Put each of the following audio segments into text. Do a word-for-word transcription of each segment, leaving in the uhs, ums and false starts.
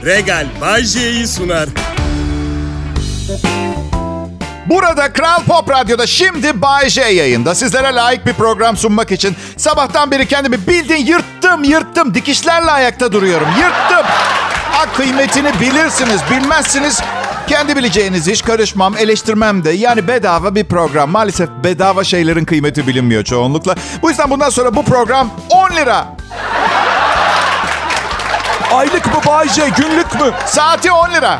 Regal Bay J'yi sunar. Burada Kral Pop Radyo'da şimdi Bay J yayında. Sizlere layık bir program sunmak için sabahtan beri kendimi bildiğin yırttım yırttım. Dikişlerle ayakta duruyorum. Yırttım. Ha, kıymetini bilirsiniz, bilmezsiniz. Kendi bileceğiniz iş, karışmam, eleştirmem de. Yani bedava bir program. Maalesef bedava şeylerin kıymeti bilinmiyor çoğunlukla. Bu yüzden bundan sonra bu program on lira. Aylık mı Bay J, günlük mü? Saati on lira.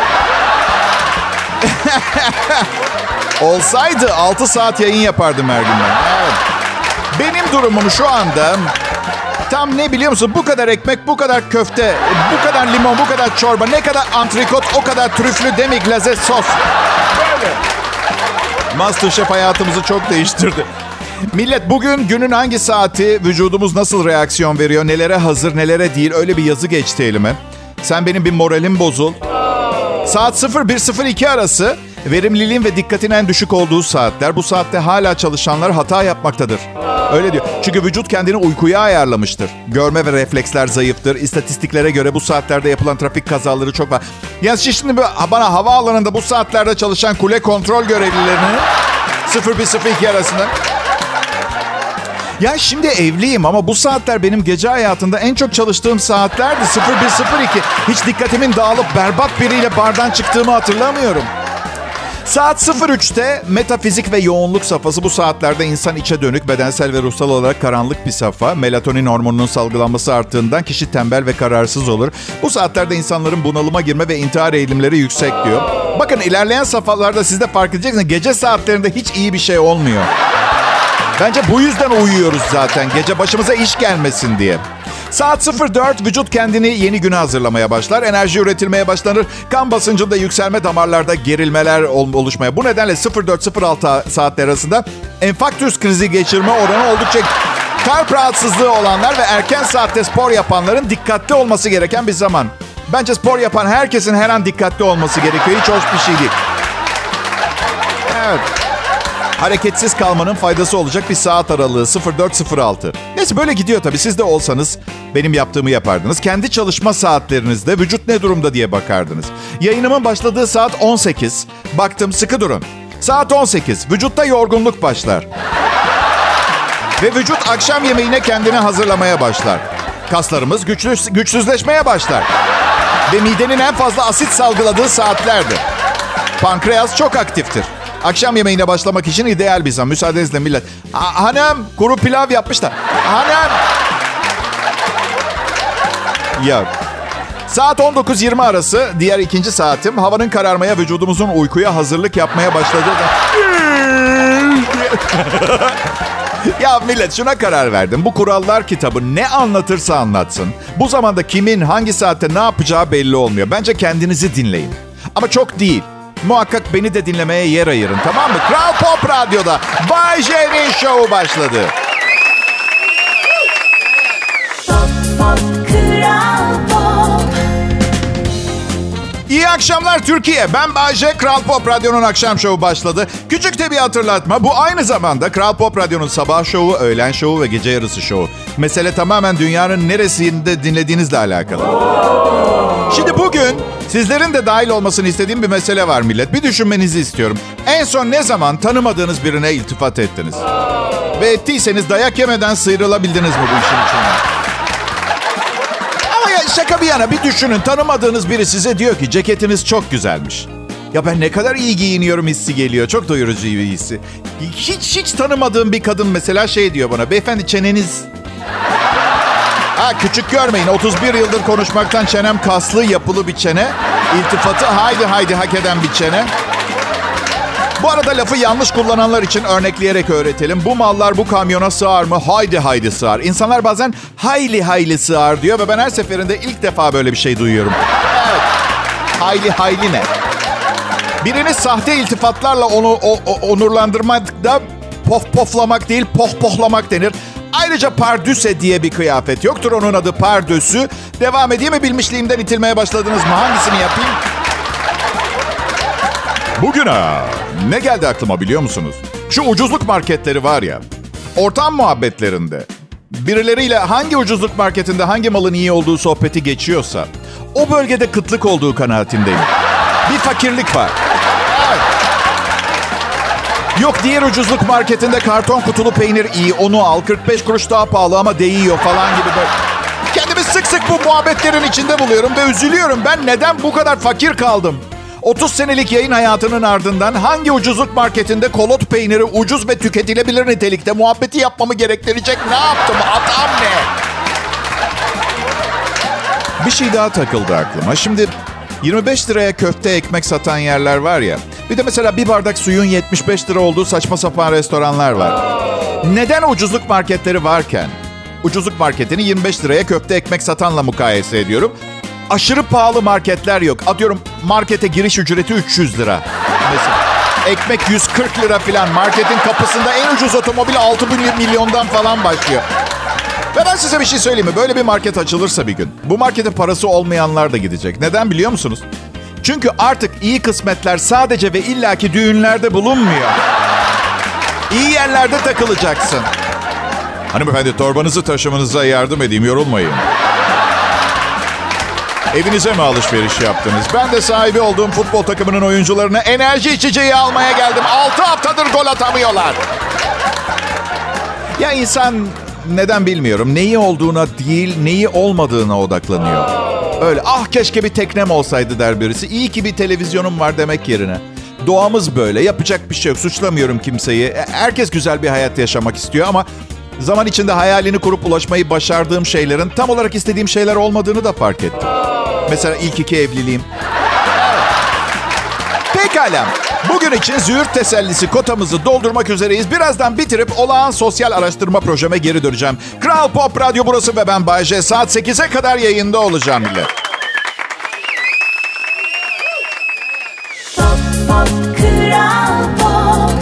Olsaydı altı saat yayın yapardım her gün ben. Evet. Benim durumum şu anda tam ne biliyor musun? Bu kadar ekmek, bu kadar köfte, bu kadar limon, bu kadar çorba, ne kadar antrikot, o kadar trüflü demi-glace sos. Böyle. MasterChef hayatımızı çok değiştirdi. Millet, bugün günün hangi saati, vücudumuz nasıl reaksiyon veriyor, nelere hazır, nelere değil, öyle bir yazı geçti elime. Sen benim bir moralim bozul. Saat sıfır bir sıfır iki arası verimliliğin ve dikkatin en düşük olduğu saatler. Bu saatte hala çalışanlar hata yapmaktadır. Öyle diyor. Çünkü vücut kendini uykuya ayarlamıştır. Görme ve refleksler zayıftır. İstatistiklere göre bu saatlerde yapılan trafik kazaları çok var. Yani şimdi bana havaalanında bu saatlerde çalışan kule kontrol görevlilerinin sıfır bir sıfır iki arasında... Ya şimdi evliyim ama bu saatler benim gece hayatında en çok çalıştığım saatlerdi. sıfır bir sıfır iki. Hiç dikkatimin dağılıp berbat biriyle bardan çıktığımı hatırlamıyorum. Saat sıfır üçte metafizik ve yoğunluk safhası. Bu saatlerde insan içe dönük, bedensel ve ruhsal olarak karanlık bir safha. Melatonin hormonunun salgılanması arttığından kişi tembel ve kararsız olur. Bu saatlerde insanların bunalıma girme ve intihar eğilimleri yüksek diyor. Bakın, ilerleyen safhalarda siz de fark edeceksiniz. Gece saatlerinde hiç iyi bir şey olmuyor. Bence bu yüzden uyuyoruz zaten. Gece başımıza iş gelmesin diye. Saat sıfır dört vücut kendini yeni güne hazırlamaya başlar. Enerji üretilmeye başlanır. Kan basıncında yükselme, damarlarda gerilmeler oluşmaya. Bu nedenle sıfır dört sıfır altı saatler arasında enfarktüs krizi geçirme oranı oldukça... Kalp rahatsızlığı olanlar ve erken saatte spor yapanların dikkatli olması gereken bir zaman. Bence spor yapan herkesin her an dikkatli olması gerekiyor. Hiç hoş bir şey değil. Evet. Hareketsiz kalmanın faydası olacak bir saat aralığı sıfır dört sıfır altı. Neyse, böyle gidiyor tabii. Siz de olsanız benim yaptığımı yapardınız. Kendi çalışma saatlerinizde vücut ne durumda diye bakardınız. Yayınımın başladığı saat on sekiz. Baktım, sıkı durun. Saat on sekiz. Vücutta yorgunluk başlar. Ve vücut akşam yemeğine kendini hazırlamaya başlar. Kaslarımız güçlü, güçsüzleşmeye başlar. Ve midenin en fazla asit salgıladığı saatlerdir. Pankreas çok aktiftir. Akşam yemeğine başlamak için ideal bir zaman. Müsaadenizle millet. Ha, hanım kuru pilav yapmış da. Hanım. Yok. Saat on dokuz yirmi arası diğer ikinci saatim. Havanın kararmaya, vücudumuzun uykuya hazırlık yapmaya başladığı da... Ya millet, şuna karar verdim. Bu kurallar kitabı ne anlatırsa anlatsın, bu zamanda kimin hangi saatte ne yapacağı belli olmuyor. Bence kendinizi dinleyin. Ama çok değil. Muhakkak beni de dinlemeye yer ayırın, tamam mı? Kral Pop Radyo'da Bay J'nin şovu başladı. Pop, pop, Kral Pop. İyi akşamlar Türkiye. Ben Bay J. Kral Pop Radyo'nun akşam şovu başladı. Küçük de bir hatırlatma. Bu aynı zamanda Kral Pop Radyo'nun sabah şovu, öğlen şovu ve gece yarısı şovu. Mesele tamamen dünyanın neresinde dinlediğinizle alakalı. Şimdi bugün sizlerin de dahil olmasını istediğim bir mesele var millet. Bir düşünmenizi istiyorum. En son ne zaman tanımadığınız birine iltifat ettiniz? Ve ettiyseniz dayak yemeden sıyrılabildiniz mi bu işin içinden? Ama ya şaka bir yana bir düşünün. Tanımadığınız biri size diyor ki ceketiniz çok güzelmiş. Ya ben ne kadar iyi giyiniyorum hissi geliyor. Çok doyurucu bir hissi. Hiç hiç tanımadığım bir kadın mesela şey diyor bana. Beyefendi çeneniz... Ha, küçük görmeyin. otuz bir yıldır konuşmaktan çenem kaslı, yapılı bir çene. İltifatı haydi haydi hak eden bir çene. Bu arada lafı yanlış kullananlar için örnekleyerek öğretelim. Bu mallar bu kamyona sığar mı? Haydi haydi sığar. İnsanlar bazen hayli hayli sığar diyor ve ben her seferinde ilk defa böyle bir şey duyuyorum. Evet. Hayli hayli ne? Birini sahte iltifatlarla onu o, o, onurlandırmak da pof poflamak değil, poh pohlamak denir. Ayrıca pardüse diye bir kıyafet yoktur. Onun adı pardösü. Devam edeyim mi? Bilmişliğimden itilmeye başladınız mı? Hangisini yapayım? Bugün ha, ne geldi aklıma biliyor musunuz? Şu ucuzluk marketleri var ya. Ortam muhabbetlerinde birileriyle hangi ucuzluk marketinde hangi malın iyi olduğu sohbeti geçiyorsa o bölgede kıtlık olduğu kanaatindeyim. Bir fakirlik var. Evet. Yok diğer ucuzluk marketinde karton kutulu peynir iyi, onu al. kırk beş kuruş daha pahalı ama değiyor falan gibi böyle. Kendimi sık sık bu muhabbetlerin içinde buluyorum ve üzülüyorum. Ben neden bu kadar fakir kaldım? otuz senelik yayın hayatının ardından hangi ucuzluk marketinde kolot peyniri ucuz ve tüketilebilir nitelikte muhabbeti yapmamı gerektirecek ne yaptım? Hatam ne? Bir şey daha takıldı aklıma. Şimdi yirmi beş liraya köfte ekmek satan yerler var ya. Bir de mesela bir bardak suyun yetmiş beş lira olduğu saçma sapan restoranlar var. Neden ucuzluk marketleri varken ucuzluk marketini yirmi beş liraya köfte ekmek satanla mukayese ediyorum? Aşırı pahalı marketler yok. Atıyorum markete giriş ücreti üç yüz lira. Mesela ekmek yüz kırk lira falan. Marketin kapısında en ucuz otomobil altı milyondan falan başlıyor. Ve ben size bir şey söyleyeyim mi? Böyle bir market açılırsa bir gün, bu markete parası olmayanlar da gidecek. Neden biliyor musunuz? Çünkü artık iyi kısmetler sadece ve illaki düğünlerde bulunmuyor. İyi yerlerde takılacaksın. Hanımefendi, torbanızı taşımanıza yardım edeyim, yorulmayın. Evinize mi alışveriş yaptınız? Ben de sahibi olduğum futbol takımının oyuncularına enerji içeceği almaya geldim. altı haftadır gol atamıyorlar. Ya insan neden bilmiyorum, neyi olduğuna değil, neyi olmadığına odaklanıyor. Öyle, ah keşke bir teknem olsaydı der birisi. İyi ki bir televizyonum var demek yerine. Doğamız böyle, yapacak bir şey yok. Suçlamıyorum kimseyi. Herkes güzel bir hayat yaşamak istiyor ama zaman içinde hayalini kurup ulaşmayı başardığım şeylerin tam olarak istediğim şeyler olmadığını da fark ettim. Mesela ilk iki evliliğim. Pekala. Bugün için züğürt tesellisi kotamızı doldurmak üzereyiz. Birazdan bitirip olağan sosyal araştırma projeme geri döneceğim. Kral Pop Radyo burası ve ben Bay J. Saat sekize kadar yayında olacağım bile. Pop, pop, Kral Pop.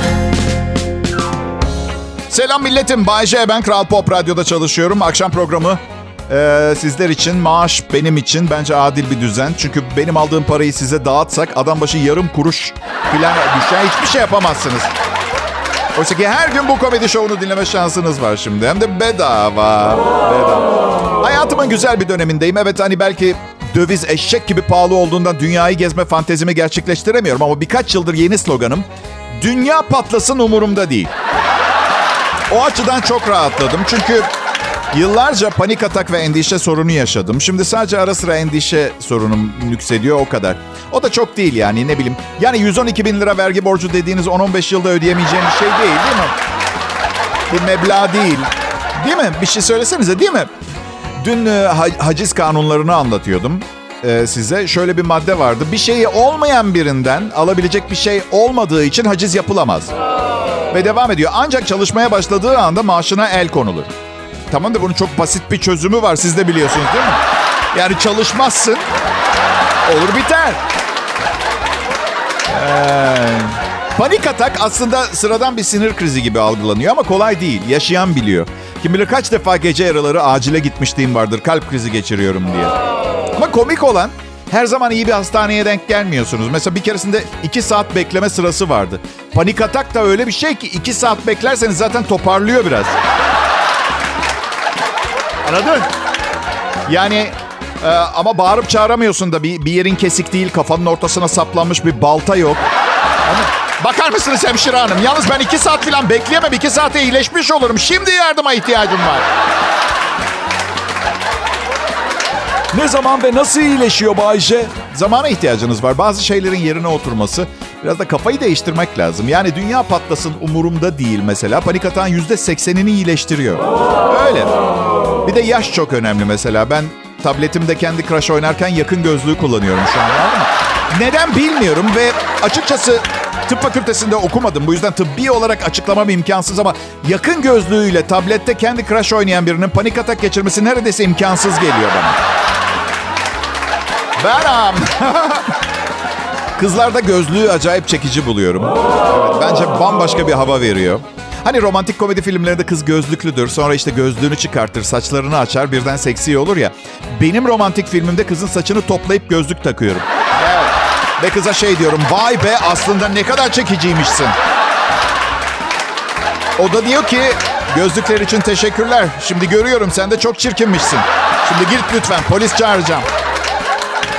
Selam milletim. Bay J, ben Kral Pop Radyo'da çalışıyorum. Akşam programı e, sizler için, maaş benim için bence adil bir düzen. Çünkü benim aldığım parayı size dağıtsak adam başı yarım kuruş falan düşer. Hiçbir şey yapamazsınız. Oysa ki her gün bu komedi şovunu dinleme şansınız var şimdi. Hem de bedava. Bedava. Hayatımın güzel bir dönemindeyim. Evet, hani belki döviz eşek gibi pahalı olduğundan dünyayı gezme fantezimi gerçekleştiremiyorum. Ama birkaç yıldır yeni sloganım, dünya patlasın umurumda değil. O açıdan çok rahatladım. Çünkü yıllarca panik atak ve endişe sorunu yaşadım. Şimdi sadece ara sıra endişe sorunum nüksediyor, o kadar. O da çok değil yani, ne bileyim. Yani yüz on iki bin lira vergi borcu dediğiniz on on beş yılda ödeyemeyeceğim bir şey değil, değil mi? Bir meblağ değil. Değil mi? Bir şey söylesenize, değil mi? Dün e, haciz kanunlarını anlatıyordum e, size. Şöyle bir madde vardı. Bir şeyi olmayan birinden alabilecek bir şey olmadığı için haciz yapılamaz. Ve devam ediyor. Ancak çalışmaya başladığı anda maaşına el konulur. Tamam da bunun çok basit bir çözümü var. Siz de biliyorsunuz değil mi? Yani çalışmazsın. Olur biter. Ee, panik atak aslında sıradan bir sinir krizi gibi algılanıyor ama kolay değil. Yaşayan biliyor. Kim bilir kaç defa gece yarıları acile gitmişliğim vardır. Kalp krizi geçiriyorum diye. Ama komik olan, her zaman iyi bir hastaneye denk gelmiyorsunuz. Mesela bir keresinde iki saat bekleme sırası vardı. Panik atak da öyle bir şey ki iki saat beklerseniz zaten toparlıyor biraz. Anladın? Yani e, ama bağırıp çağıramıyorsun da, bir, bir yerin kesik değil, kafanın ortasına saplanmış bir balta yok. Ama bakar mısınız hemşire hanım? Yalnız ben iki saat falan bekleyemem. iki saate iyileşmiş olurum. Şimdi yardıma ihtiyacım var. Ne zaman ve nasıl iyileşiyor Bay J? Zamana ihtiyacınız var. Bazı şeylerin yerine oturması. Biraz da kafayı değiştirmek lazım. Yani dünya patlasın umurumda değil mesela. Panik atağın yüzde seksenini iyileştiriyor. Öyle. Bir de yaş çok önemli mesela. Ben tabletimde Candy Crush oynarken yakın gözlüğü kullanıyorum şu an. Neden bilmiyorum ve açıkçası tıp fakültesinde okumadım. Bu yüzden tıbbi olarak açıklamam imkansız ama yakın gözlüğüyle tablette Candy Crush oynayan birinin panik atak geçirmesi neredeyse imkansız geliyor bana. Beram. Kızlarda gözlüğü acayip çekici buluyorum. Evet, bence bambaşka bir hava veriyor. Hani romantik komedi filmlerinde kız gözlüklüdür. Sonra işte gözlüğünü çıkartır, saçlarını açar, birden seksi olur ya. Benim romantik filmimde kızın saçını toplayıp gözlük takıyorum. Evet. Ve kıza şey diyorum, vay be aslında ne kadar çekiciymişsin. O da diyor ki, gözlükler için teşekkürler. Şimdi görüyorum sen de çok çirkinmişsin. Şimdi git lütfen, polis çağıracağım.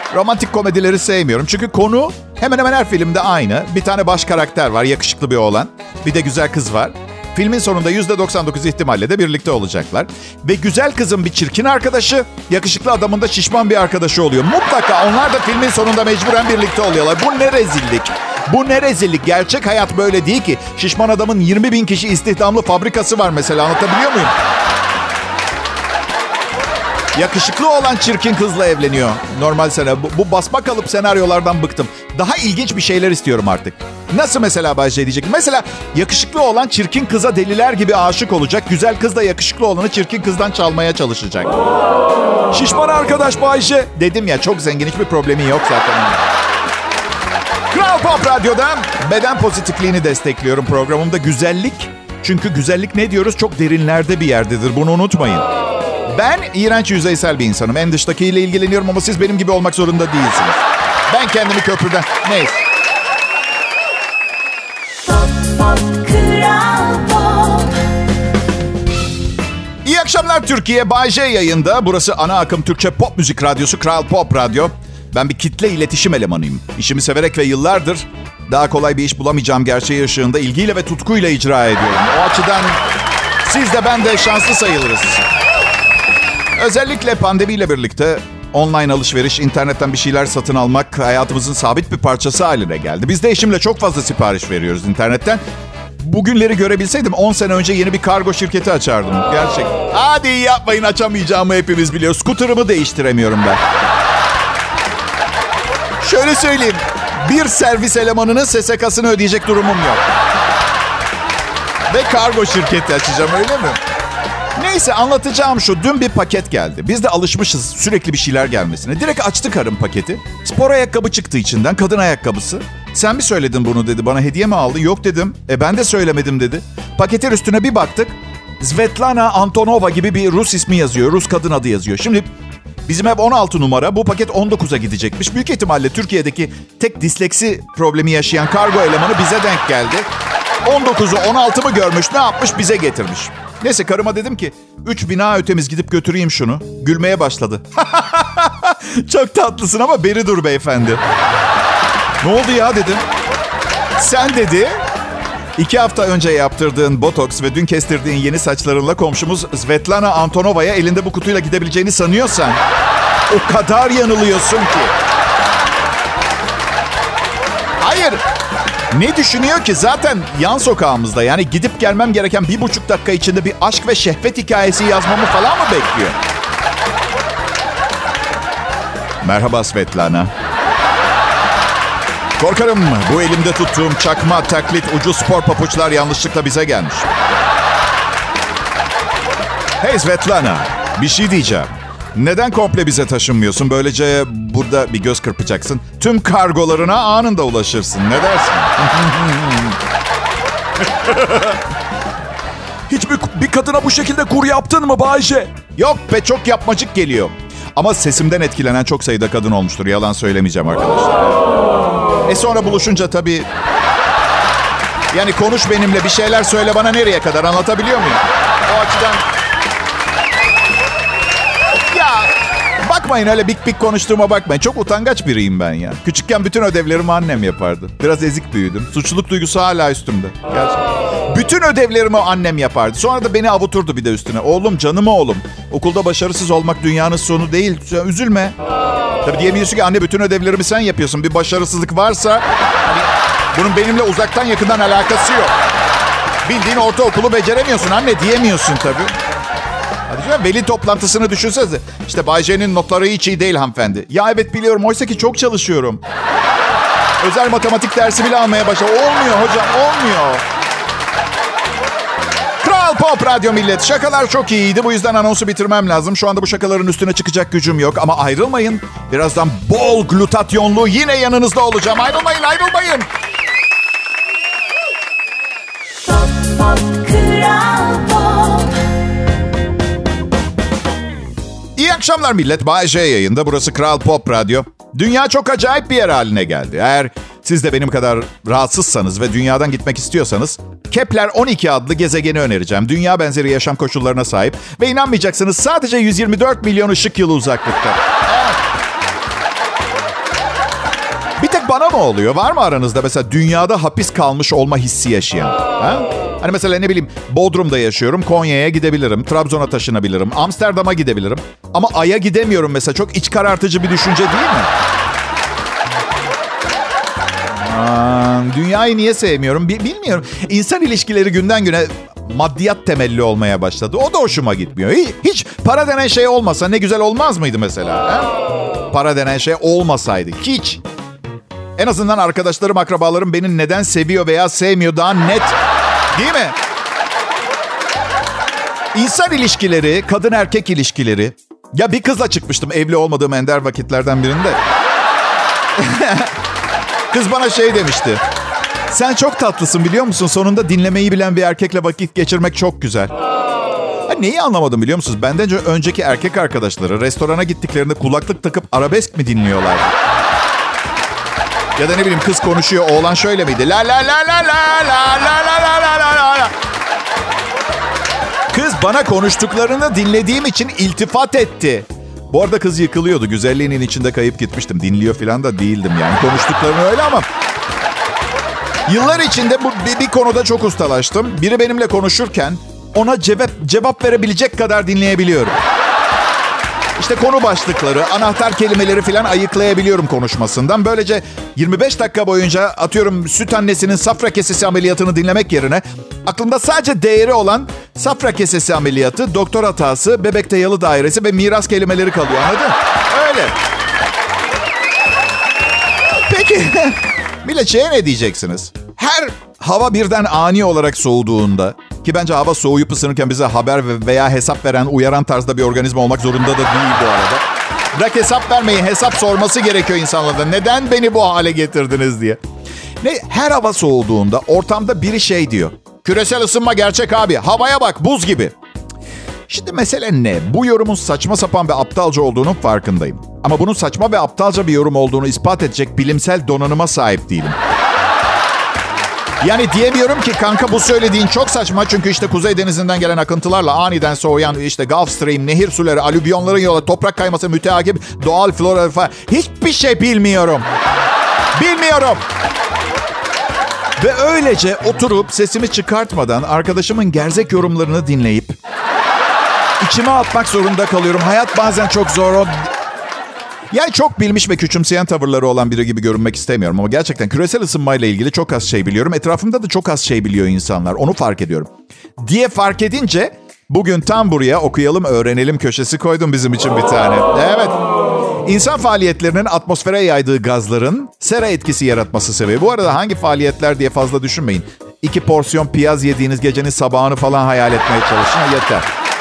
Romantik komedileri sevmiyorum. Çünkü konu hemen hemen her filmde aynı. Bir tane baş karakter var, yakışıklı bir oğlan. Bir de güzel kız var. Filmin sonunda yüzde doksan dokuz ihtimalle de birlikte olacaklar. Ve güzel kızın bir çirkin arkadaşı, yakışıklı adamın da şişman bir arkadaşı oluyor. Mutlaka onlar da filmin sonunda mecburen birlikte oluyorlar. Bu ne rezillik. Bu ne rezillik. Gerçek hayat böyle değil ki. Şişman adamın yirmi bin kişi istihdamlı fabrikası var mesela. Anlatabiliyor muyum? Yakışıklı olan çirkin kızla evleniyor. Normal sene. Bu, bu basma kalıp senaryolardan bıktım. Daha ilginç bir şeyler istiyorum artık. Nasıl mesela Bay J diyecek? Mesela yakışıklı olan çirkin kıza deliler gibi aşık olacak. Güzel kız da yakışıklı olanı çirkin kızdan çalmaya çalışacak. Şişman arkadaş Bay J. Dedim ya, çok zengin, hiçbir problemi yok zaten. Kral Pop Radyo'da beden pozitifliğini destekliyorum programımda. Güzellik. Çünkü güzellik ne diyoruz? Çok derinlerde bir yerdedir. Bunu unutmayın. Ben iğrenç yüzeysel bir insanım. En dıştakiyle ilgileniyorum ama siz benim gibi olmak zorunda değilsiniz. Ben kendimi köprüden... Neyse. Pop, pop, Kral Pop. İyi akşamlar Türkiye. Bay J yayında. Burası ana akım Türkçe pop müzik radyosu Kral Pop Radyo. Ben bir kitle iletişim elemanıyım. İşimi severek ve yıllardır daha kolay bir iş bulamayacağım gerçeği ışığında ilgiyle ve tutkuyla icra ediyorum. O açıdan siz de ben de şanslı sayılırız. Özellikle pandemiyle birlikte online alışveriş, internetten bir şeyler satın almak hayatımızın sabit bir parçası haline geldi. Biz de eşimle çok fazla sipariş veriyoruz internetten. Bugünleri görebilseydim on sene önce yeni bir kargo şirketi açardım. Gerçekten. Hadi yapmayın, açamayacağımı hepimiz biliyoruz. Scooter'ımı değiştiremiyorum ben. Şöyle söyleyeyim. Bir servis elemanının S S K'sını ödeyecek durumum yok. Ve kargo şirketi açacağım, öyle mi? Neyse, anlatacağım şu. Dün bir paket geldi. Biz de alışmışız sürekli bir şeyler gelmesine. Direkt açtı karım paketi. Spor ayakkabı çıktı içinden. Kadın ayakkabısı. Sen mi söyledin bunu dedi. Bana hediye mi aldı? Yok dedim. E ben de söylemedim dedi. Paketin üstüne bir baktık. Svetlana Antonova gibi bir Rus ismi yazıyor. Rus kadın adı yazıyor. Şimdi bizim ev on altı numara. Bu paket on dokuza gidecekmiş. Büyük ihtimalle Türkiye'deki tek disleksi problemi yaşayan kargo elemanı bize denk geldi. on dokuzu on altı mı görmüş, ne yapmış, bize getirmiş. Neyse, karıma dedim ki üç bina ötemiz, gidip götüreyim şunu. Gülmeye başladı. Çok tatlısın ama beri dur beyefendi. Ne oldu ya dedim. Sen dedi iki hafta önce yaptırdığın botoks ve dün kestirdiğin yeni saçlarınla komşumuz Svetlana Antonova'ya elinde bu kutuyla gidebileceğini sanıyorsan o kadar yanılıyorsun ki. Hayır. Ne düşünüyor ki? Zaten yan sokağımızda. Yani gidip gelmem gereken bir buçuk dakika içinde bir aşk ve şehvet hikayesi yazmamı falan mı bekliyor? Merhaba Svetlana. Korkarım bu elimde tuttuğum çakma, taklit, ucuz spor papuçlar yanlışlıkla bize gelmiş. Hey Svetlana, bir şey diyeceğim. Neden komple bize taşınmıyorsun? Böylece burada bir göz kırpacaksın. Tüm kargolarına anında ulaşırsın. Ne dersin? Hiç bir, bir kadına bu şekilde kur yaptın mı Bayce? Yok be, çok yapmacık geliyor. Ama sesimden etkilenen çok sayıda kadın olmuştur. Yalan söylemeyeceğim arkadaşlar. E sonra buluşunca tabii... Yani konuş benimle, bir şeyler söyle bana, nereye kadar, anlatabiliyor muyum? O açıdan... Ya bakmayın öyle bik bik konuştuğuma bakmayın. Çok utangaç biriyim ben ya. Küçükken bütün ödevlerimi annem yapardı. Biraz ezik büyüdüm. Suçluluk duygusu hala üstümde. Gerçekten. Bütün ödevlerimi annem yapardı. Sonra da beni avuturdu bir de üstüne. Oğlum, canım oğlum. Okulda başarısız olmak dünyanın sonu değil. Üzülme. Tabii diyemiyorsun ki anne bütün ödevlerimi sen yapıyorsun. Bir başarısızlık varsa hani bunun benimle uzaktan yakından alakası yok. Bildiğin ortaokulu beceremiyorsun anne, diyemiyorsun tabii. Hadi canım, veli toplantısını düşünsenize. İşte Bay J'nin notları hiç iyi değil hanımefendi. Ya evet biliyorum, oysa ki çok çalışıyorum. Özel matematik dersi bile almaya başladım. Olmuyor hocam, olmuyor. Kral Pop Radyo millet. Şakalar çok iyiydi. Bu yüzden anonsu bitirmem lazım. Şu anda bu şakaların üstüne çıkacak gücüm yok. Ama ayrılmayın. Birazdan bol glutatyonlu yine yanınızda olacağım. Ayrılmayın, ayrılmayın. Pop, pop, Kral Pop. İyi akşamlar millet. Bay J yayında. Burası Kral Pop Radyo. Dünya çok acayip bir yer haline geldi. Eğer siz de benim kadar rahatsızsanız ve dünyadan gitmek istiyorsanız Kepler on iki adlı gezegeni önereceğim. Dünya benzeri yaşam koşullarına sahip ve inanmayacaksınız sadece yüz yirmi dört milyon ışık yılı uzaklıkta. Evet. bana mı oluyor? Var mı aranızda mesela dünyada hapis kalmış olma hissi yaşayan? Ha? Hani mesela ne bileyim Bodrum'da yaşıyorum. Konya'ya gidebilirim. Trabzon'a taşınabilirim. Amsterdam'a gidebilirim. Ama Ay'a gidemiyorum mesela. Çok iç karartıcı bir düşünce değil mi? Aa, dünyayı niye sevmiyorum bilmiyorum. İnsan ilişkileri günden güne maddiyat temelli olmaya başladı. O da hoşuma gitmiyor. Hiç para denen şey olmasa ne güzel olmaz mıydı mesela? He? Para denen şey olmasaydı. Hiç. En azından arkadaşlarım, akrabalarım beni neden seviyor veya sevmiyor daha net. Değil mi? İnsan ilişkileri, kadın erkek ilişkileri. Ya bir kızla çıkmıştım evli olmadığım ender vakitlerden birinde. Kız bana şey demişti. Sen çok tatlısın biliyor musun? Sonunda dinlemeyi bilen bir erkekle vakit geçirmek çok güzel. Ha, neyi anlamadım biliyor musunuz? Benden önceki erkek arkadaşları restorana gittiklerinde kulaklık takıp arabesk mi dinliyorlardı? Ya da ne bileyim kız konuşuyor, oğlan şöyle miydi? La la la la la la la la la la la. Kız bana konuştuklarını dinlediğim için iltifat etti. Bu arada kız yıkılıyordu. Güzelliğinin içinde kayıp gitmiştim. Dinliyor falan da değildim yani. Konuştuklarını öyle ama... Yıllar içinde bu bir, bir konuda çok ustalaştım. Biri benimle konuşurken ona cevap, cevap verebilecek kadar dinleyebiliyorum. İşte konu başlıkları, anahtar kelimeleri falan ayıklayabiliyorum konuşmasından. Böylece yirmi beş dakika boyunca atıyorum süt annesinin safra kesesi ameliyatını dinlemek yerine... aklımda sadece değeri olan safra kesesi ameliyatı, doktor hatası, bebekte yalı dairesi ve miras kelimeleri kalıyor. Anladın? Öyle. Peki... Millet şeye ne diyeceksiniz? Her hava birden ani olarak soğuduğunda, ki bence hava soğuyup ısınırken bize haber veya hesap veren, uyaran tarzda bir organizma olmak zorunda da değil bu arada. Bırak hesap vermeyin, hesap sorması gerekiyor insanlardan. Neden beni bu hale getirdiniz diye. Ne? Her hava soğuduğunda ortamda biri şey diyor. Küresel ısınma gerçek abi, havaya bak buz gibi. Şimdi mesele ne? Bu yorumun saçma sapan ve aptalca olduğunun farkındayım. Ama bunun saçma ve aptalca bir yorum olduğunu ispat edecek bilimsel donanıma sahip değilim. Yani diyemiyorum ki kanka bu söylediğin çok saçma çünkü işte Kuzey Denizi'nden gelen akıntılarla aniden soğuyan işte Gulf Stream, nehir suları, alüvyonların yolu, toprak kayması, müteakip, doğal flora falan hiçbir şey bilmiyorum. Bilmiyorum. Ve öylece oturup sesimi çıkartmadan arkadaşımın gerzek yorumlarını dinleyip içime atmak zorunda kalıyorum. Hayat bazen çok zor. O... Yani çok bilmiş ve küçümseyen tavırları olan biri gibi görünmek istemiyorum. Ama gerçekten küresel ısınmayla ilgili çok az şey biliyorum. Etrafımda da çok az şey biliyor insanlar. Onu fark ediyorum. Diye fark edince bugün tam buraya okuyalım, öğrenelim köşesi koydum bizim için bir tane. Evet. İnsan faaliyetlerinin atmosfere yaydığı gazların sera etkisi yaratması sebebi. Bu arada hangi faaliyetler diye fazla düşünmeyin. İki porsiyon piyaz yediğiniz gecenin sabahını falan hayal etmeye çalışın. Yeter.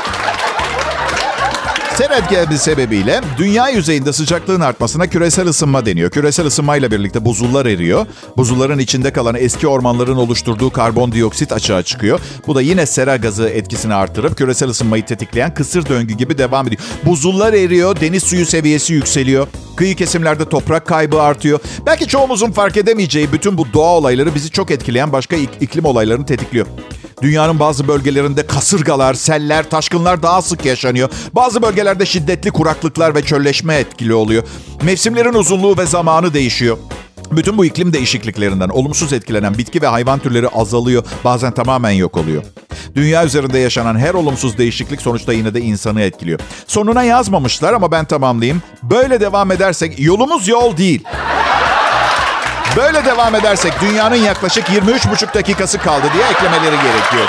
Sera etkisi sebebiyle dünya yüzeyinde sıcaklığın artmasına küresel ısınma deniyor. Küresel ısınmayla birlikte buzullar eriyor. Buzulların içinde kalan eski ormanların oluşturduğu karbondioksit açığa çıkıyor. Bu da yine sera gazı etkisini artırıp küresel ısınmayı tetikleyen kısır döngü gibi devam ediyor. Buzullar eriyor, deniz suyu seviyesi yükseliyor. Kıyı kesimlerde toprak kaybı artıyor. Belki çoğumuzun fark edemeyeceği bütün bu doğa olayları bizi çok etkileyen başka ik- iklim olaylarını tetikliyor. Dünyanın bazı bölgelerinde kasırgalar, seller, taşkınlar daha sık yaşanıyor. Bazı bölgelerde şiddetli kuraklıklar ve çölleşme etkili oluyor. Mevsimlerin uzunluğu ve zamanı değişiyor. Bütün bu iklim değişikliklerinden olumsuz etkilenen bitki ve hayvan türleri azalıyor, bazen tamamen yok oluyor. Dünya üzerinde yaşanan her olumsuz değişiklik sonuçta yine de insanı etkiliyor. Sonuna yazmamışlar ama ben tamamlayayım. Böyle devam edersek yolumuz yol değil. Böyle devam edersek dünyanın yaklaşık yirmi üç buçuk dakikası kaldı diye eklemeleri gerekiyordu.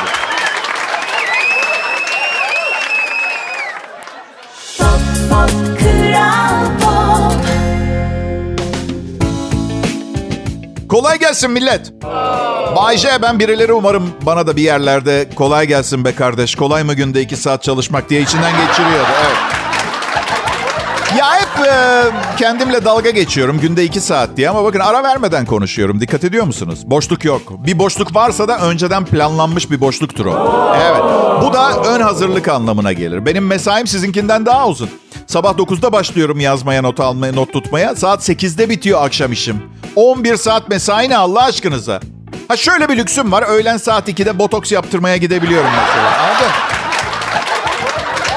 Pop, pop, Kral Pop. Kolay gelsin millet. Bay J, ben birileri umarım bana da bir yerlerde kolay gelsin be kardeş, kolay mı günde iki saat çalışmak diye içinden geçiriyordu. Evet. Ya hep e, kendimle dalga geçiyorum günde iki saat diye ama bakın ara vermeden konuşuyorum. Dikkat ediyor musunuz? Boşluk yok. Bir boşluk varsa da önceden planlanmış bir boşluktur o. Evet. Bu da ön hazırlık anlamına gelir. Benim mesaim sizinkinden daha uzun. Sabah dokuzda başlıyorum yazmaya, not almaya, not tutmaya. Saat sekizde bitiyor akşam işim. on bir saat mesai ne Allah aşkınıza? Ha şöyle bir lüksüm var. Öğlen saat ikide botoks yaptırmaya gidebiliyorum mesela. Anladın?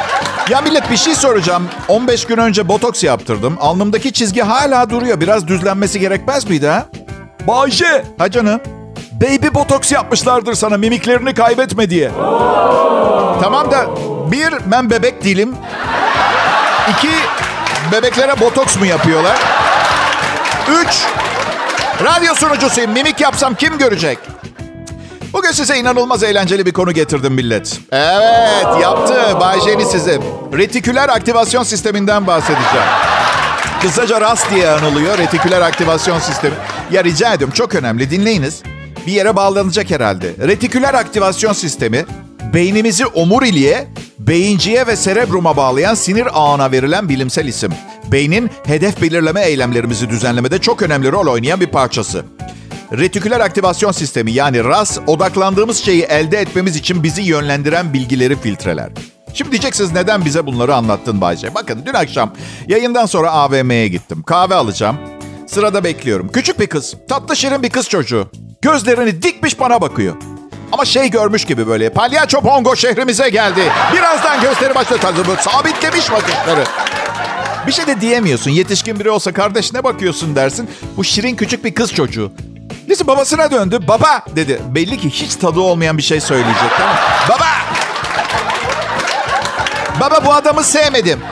Ya millet bir şey soracağım. on beş gün önce botoks yaptırdım. Alnımdaki çizgi hala duruyor. Biraz düzlenmesi gerekmez miydi ha? Bayşe. Ha canım. Baby botoks yapmışlardır sana mimiklerini kaybetme diye. Tamam da bir, ben bebek değilim. İki, bebeklere botoks mu yapıyorlar? Üç, radyo sunucusuyum. Mimik yapsam kim görecek? Bugün size inanılmaz eğlenceli bir konu getirdim millet. Evet, yaptı Bay J'ni size. Retiküler aktivasyon sisteminden bahsedeceğim. Kısaca R A S diye anılıyor, retiküler aktivasyon sistemi. Ya rica ediyorum, çok önemli, dinleyiniz. Bir yere bağlanacak herhalde. Retiküler aktivasyon sistemi, beynimizi omuriliğe, beyinciye ve serebruma bağlayan sinir ağına verilen bilimsel isim. Beynin hedef belirleme eylemlerimizi düzenlemede çok önemli rol oynayan bir parçası. Retiküler aktivasyon sistemi yani R A S, odaklandığımız şeyi elde etmemiz için bizi yönlendiren bilgileri filtreler. Şimdi diyeceksiniz neden bize bunları anlattın Bayce? Bakın dün akşam yayından sonra A V M'ye gittim. Kahve alacağım. Sırada bekliyorum. Küçük bir kız, tatlı şirin bir kız çocuğu. Gözlerini dikmiş bana bakıyor. Ama şey görmüş gibi böyle. Palyaço Pongo şehrimize geldi. Birazdan gösteri başladı. Sabitlemiş bakışları. Bir şey de diyemiyorsun. Yetişkin biri olsa kardeş ne bakıyorsun dersin. Bu şirin küçük bir kız çocuğu. Neyse babasına döndü. Baba dedi. Belli ki hiç tadı olmayan bir şey söyleyecek. Tamam. Baba. Baba bu adamı sevmedim.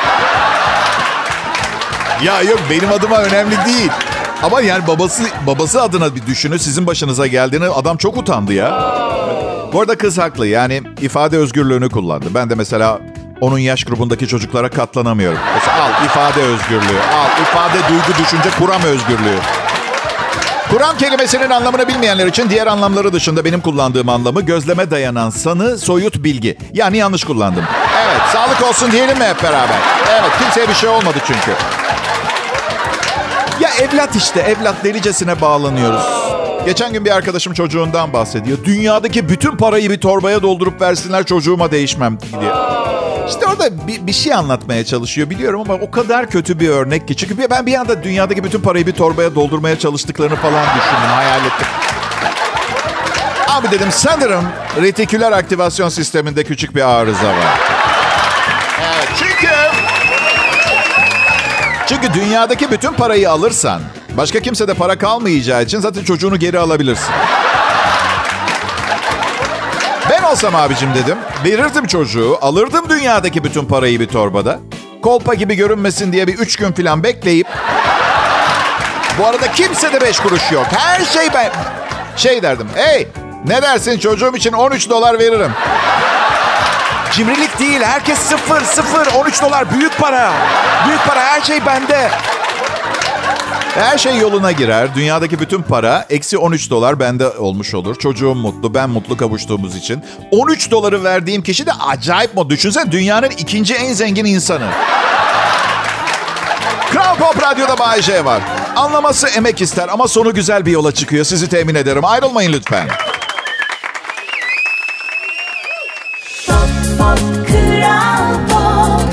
Ya yok benim adıma önemli değil. Ama yani babası babası adına bir düşünün. Sizin başınıza geldiğini adam çok utandı ya. Bu arada kız haklı. Yani ifade özgürlüğünü kullandı. Ben de mesela onun yaş grubundaki çocuklara katlanamıyorum. Mesela al ifade özgürlüğü. Al ifade, duygu, düşünce, kuram özgürlüğü. Kuram kelimesinin anlamını bilmeyenler için diğer anlamları dışında benim kullandığım anlamı gözleme dayanan sanı, soyut bilgi. Yani yanlış kullandım. Evet, sağlık olsun diyelim mi hep beraber? Evet, kimseye bir şey olmadı çünkü. Ya evlat işte, evlat delicesine bağlanıyoruz. Geçen gün bir arkadaşım çocuğundan bahsediyor. Dünyadaki bütün parayı bir torbaya doldurup versinler çocuğuma değişmem diye. İşte orada bir, bir şey anlatmaya çalışıyor biliyorum ama o kadar kötü bir örnek ki. Çünkü ben bir anda dünyadaki bütün parayı bir torbaya doldurmaya çalıştıklarını falan düşündüm, hayal ettim. Abi dedim sanırım retiküler aktivasyon sisteminde küçük bir arıza var. Evet çünkü... Çünkü dünyadaki bütün parayı alırsan, başka kimse de para kalmayacağı için zaten çocuğunu geri alabilirsin. Ben olsam abicim dedim, verirdim çocuğu, alırdım dünyadaki bütün parayı bir torbada. Kolpa gibi görünmesin diye bir üç gün falan bekleyip... Bu arada kimse de beş kuruş yok. Her şey ben... Şey derdim, hey ne dersin çocuğum için on üç dolar veririm. Cimrilik değil, herkes sıfır, sıfır, on üç dolar büyük para. Büyük para, her şey bende. Her şey yoluna girer. Dünyadaki bütün para eksi on üç dolar bende olmuş olur. Çocuğum mutlu, ben mutlu kavuştuğumuz için. on üç doları verdiğim kişi de acayip mutlu. Düşünsene dünyanın ikinci en zengin insanı. Kral Pop Radyo'da Bay J var. Anlaması emek ister ama sonu güzel bir yola çıkıyor. Sizi temin ederim. Ayrılmayın lütfen. Pop, pop, Kral Pop.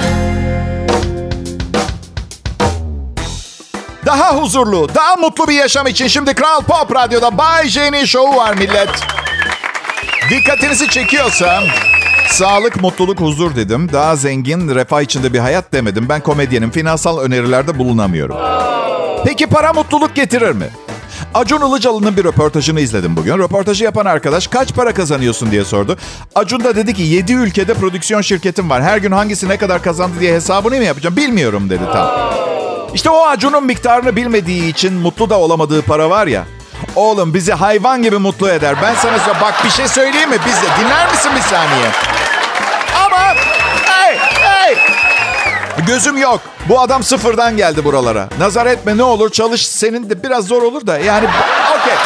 Daha huzurlu, daha mutlu bir yaşam için şimdi Kral Pop Radyo'da Bay J'nin şovu var millet. Dikkatinizi çekiyorsa sağlık, mutluluk, huzur dedim. Daha zengin, refah içinde bir hayat demedim. Ben komedyenim, finansal önerilerde bulunamıyorum. Peki para mutluluk getirir mi? Acun Ilıcalı'nın bir röportajını izledim bugün. Röportajı yapan arkadaş kaç para kazanıyorsun diye sordu. Acun da dedi ki yedi ülkede prodüksiyon şirketim var. Her gün hangisi ne kadar kazandı diye hesabını mı yapacağım bilmiyorum dedi tam. İşte o Acun'un miktarını bilmediği için mutlu da olamadığı para var ya. Oğlum bizi hayvan gibi mutlu eder. Ben sana söyleyeyim. Bak bir şey söyleyeyim mi? Biz de, dinler misin bir saniye? Ama hey hey. Gözüm yok. Bu adam sıfırdan geldi buralara. Nazar etme ne olur çalış. Senin de biraz zor olur da. Yani okey.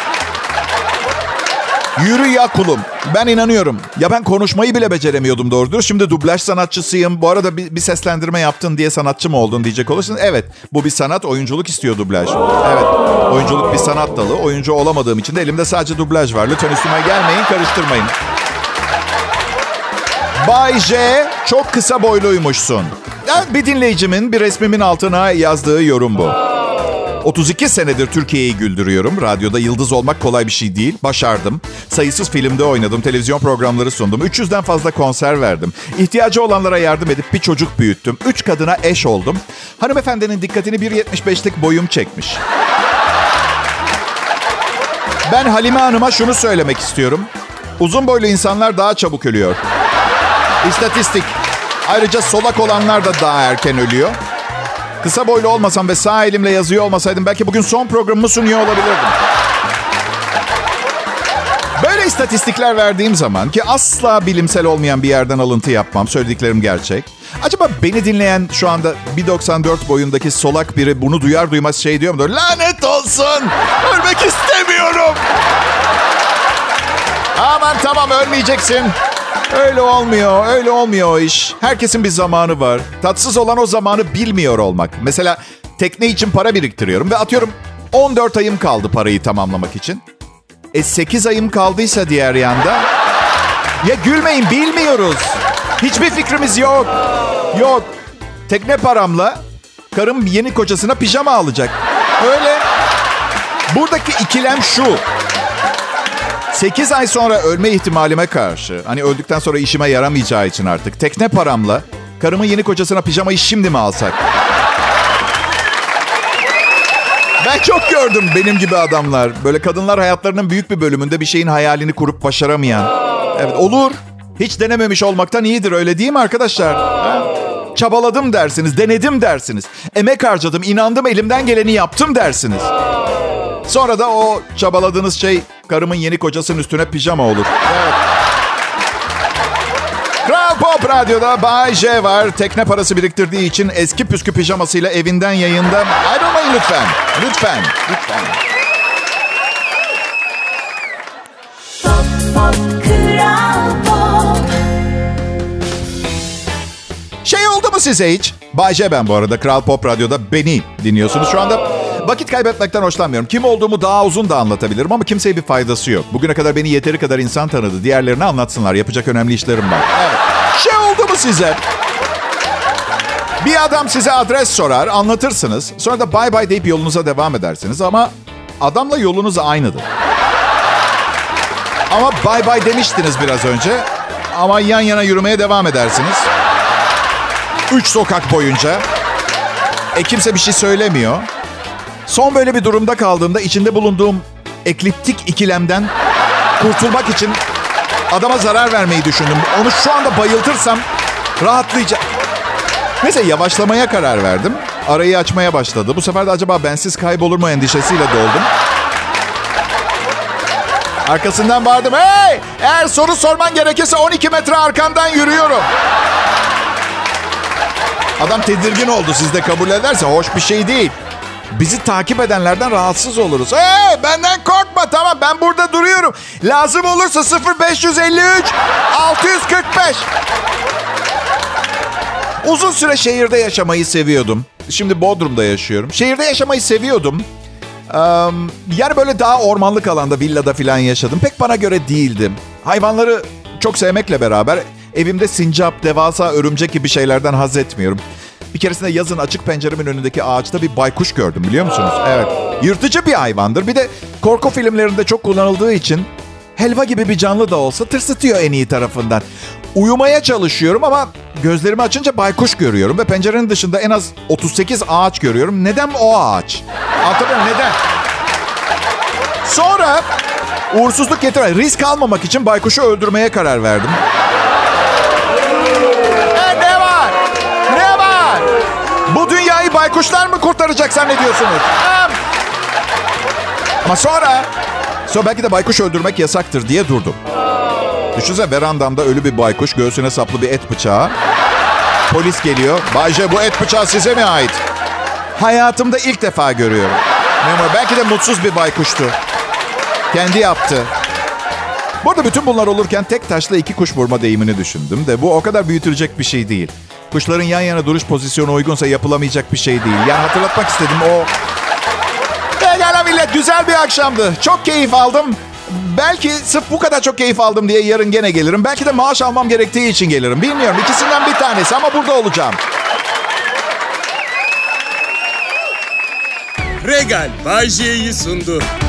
Yürü ya kulum. Ben inanıyorum. Ya ben konuşmayı bile beceremiyordum doğrudur. Şimdi dublaj sanatçısıyım. Bu arada bir, bir seslendirme yaptın diye sanatçı mı oldun diyecek olursun. Evet. Bu bir sanat. Oyunculuk istiyor dublaj. Evet. Oyunculuk bir sanat dalı. Oyuncu olamadığım için de elimde sadece dublaj var. Lütfen üstüme gelmeyin, karıştırmayın. Bay J çok kısa boyluymuşsun. Bir dinleyicimin bir resmimin altına yazdığı yorum bu. otuz iki senedir Türkiye'yi güldürüyorum. Radyoda yıldız olmak kolay bir şey değil. Başardım. Sayısız filmde oynadım. Televizyon programları sundum. üç yüzden fazla konser verdim. İhtiyacı olanlara yardım edip bir çocuk büyüttüm. üç kadına eş oldum. Hanımefendinin dikkatini bir yetmiş beşlik boyum çekmiş. Ben Halime Hanım'a şunu söylemek istiyorum. Uzun boylu insanlar daha çabuk ölüyor. İstatistik. Ayrıca solak olanlar da daha erken ölüyor. Kısa boylu olmasam ve sağ elimle yazıyor olmasaydım belki bugün son programımı sunuyor olabilirdim. Böyle istatistikler verdiğim zaman, ki asla bilimsel olmayan bir yerden alıntı yapmam, söylediklerim gerçek. Acaba beni dinleyen şu anda bir doksan dört boyundaki solak biri bunu duyar duymaz şey diyor mudur? Lanet olsun! Ölmek istemiyorum! Aman tamam, ölmeyeceksin. Öyle olmuyor, öyle olmuyor o iş. Herkesin bir zamanı var. Tatsız olan o zamanı bilmiyor olmak. Mesela tekne için para biriktiriyorum ve atıyorum on dört ayım kaldı parayı tamamlamak için. E sekiz ayım kaldıysa diğer yanda... Ya gülmeyin, bilmiyoruz. Hiçbir fikrimiz yok. Yok. Tekne paramla karım yeni kocasına pijama alacak. Öyle. Buradaki ikilem şu. sekiz ay sonra ölme ihtimalime karşı, hani öldükten sonra işime yaramayacağı için artık tekne paramla karımın yeni kocasına pijamayı şimdi mi alsak? Ben çok gördüm benim gibi adamlar. Böyle kadınlar hayatlarının büyük bir bölümünde bir şeyin hayalini kurup başaramayan. Evet, olur. Hiç denememiş olmaktan iyidir, öyle değil mi arkadaşlar? Ha? Çabaladım dersiniz, denedim dersiniz. Emek harcadım, inandım, elimden geleni yaptım dersiniz. Sonra da o çabaladığınız şey karımın yeni kocasının üstüne pijama olur. Evet. Kral Pop Radyo'da Bay J var. Tekne parası biriktirdiği için eski püskü pijamasıyla evinden yayında. Ayrılmayın lütfen. Lütfen. Lütfen. Pop, pop, Kral Pop. Şey oldu mu size hiç? Bay J ben bu arada. Kral Pop Radyo'da beni dinliyorsunuz şu anda. Vakit kaybetmekten hoşlanmıyorum. Kim olduğumu daha uzun da anlatabilirim ama kimseye bir faydası yok. Bugüne kadar beni yeteri kadar insan tanıdı. Diğerlerini anlatsınlar. Yapacak önemli işlerim var. Evet. Şey oldu mu size? Bir adam size adres sorar, anlatırsınız. Sonra da bay bay deyip yolunuza devam edersiniz ama adamla yolunuz aynıdır. Ama bay bay demiştiniz biraz önce ama yan yana yürümeye devam edersiniz. Üç sokak boyunca. E kimse bir şey söylemiyor. Son böyle bir durumda kaldığımda içinde bulunduğum ekliptik ikilemden kurtulmak için adama zarar vermeyi düşündüm. Onu şu anda bayıltırsam rahatlayacak. Neyse, yavaşlamaya karar verdim. Arayı açmaya başladı. Bu sefer de acaba bensiz kaybolur mu endişesiyle doldum. Arkasından bağırdım. Hey! Eğer soru sorman gerekirse on iki metre arkandan yürüyorum. Adam tedirgin oldu. Siz de kabul ederse hoş bir şey değil. Bizi takip edenlerden rahatsız oluruz. Hey, benden korkma, tamam, ben burada duruyorum. Lazım olursa sıfır beş elli üç altı yüz kırk beş. Uzun süre şehirde yaşamayı seviyordum. Şimdi Bodrum'da yaşıyorum. Şehirde yaşamayı seviyordum. Ee, yani böyle daha ormanlık alanda, villada falan yaşadım. Pek bana göre değildi. Hayvanları çok sevmekle beraber evimde sincap, devasa örümcek gibi şeylerden haz etmiyorum. Bir keresinde yazın açık penceremin önündeki ağaçta bir baykuş gördüm, biliyor musunuz? Evet. Yırtıcı bir hayvandır. Bir de korku filmlerinde çok kullanıldığı için helva gibi bir canlı da olsa tırsıtıyor en iyi tarafından. Uyumaya çalışıyorum ama gözlerimi açınca baykuş görüyorum ve pencerenin dışında en az otuz sekiz ağaç görüyorum. Neden o ağaç? Anlatabiliyor muyum? Neden? Sonra uğursuzluk getiren, risk almamak için baykuşu öldürmeye karar verdim. E, ne var? Ne var? Bu dünyayı baykuşlar mı kurtaracak zannediyorsunuz? Ama sonra, sonra belki de baykuş öldürmek yasaktır diye durdum. Düşünsene, verandamda ölü bir baykuş, göğsüne saplı bir et bıçağı. Polis geliyor. Bay J, bu et bıçağı size mi ait? Hayatımda ilk defa görüyorum. Memur, belki de mutsuz bir baykuştu. Kendi yaptı. Bu arada bütün bunlar olurken tek taşla iki kuş vurma deyimini düşündüm de bu o kadar büyütülecek bir şey değil. Kuşların yan yana duruş pozisyonu uygunsa yapılamayacak bir şey değil. Yani hatırlatmak istedim o... Pekala millet, güzel bir akşamdı. Çok keyif aldım. Belki sırf bu kadar çok keyif aldım diye yarın gene gelirim. Belki de maaş almam gerektiği için gelirim. Bilmiyorum, ikisinden bir tanesi ama burada olacağım. Regal Bay J'yi sundu.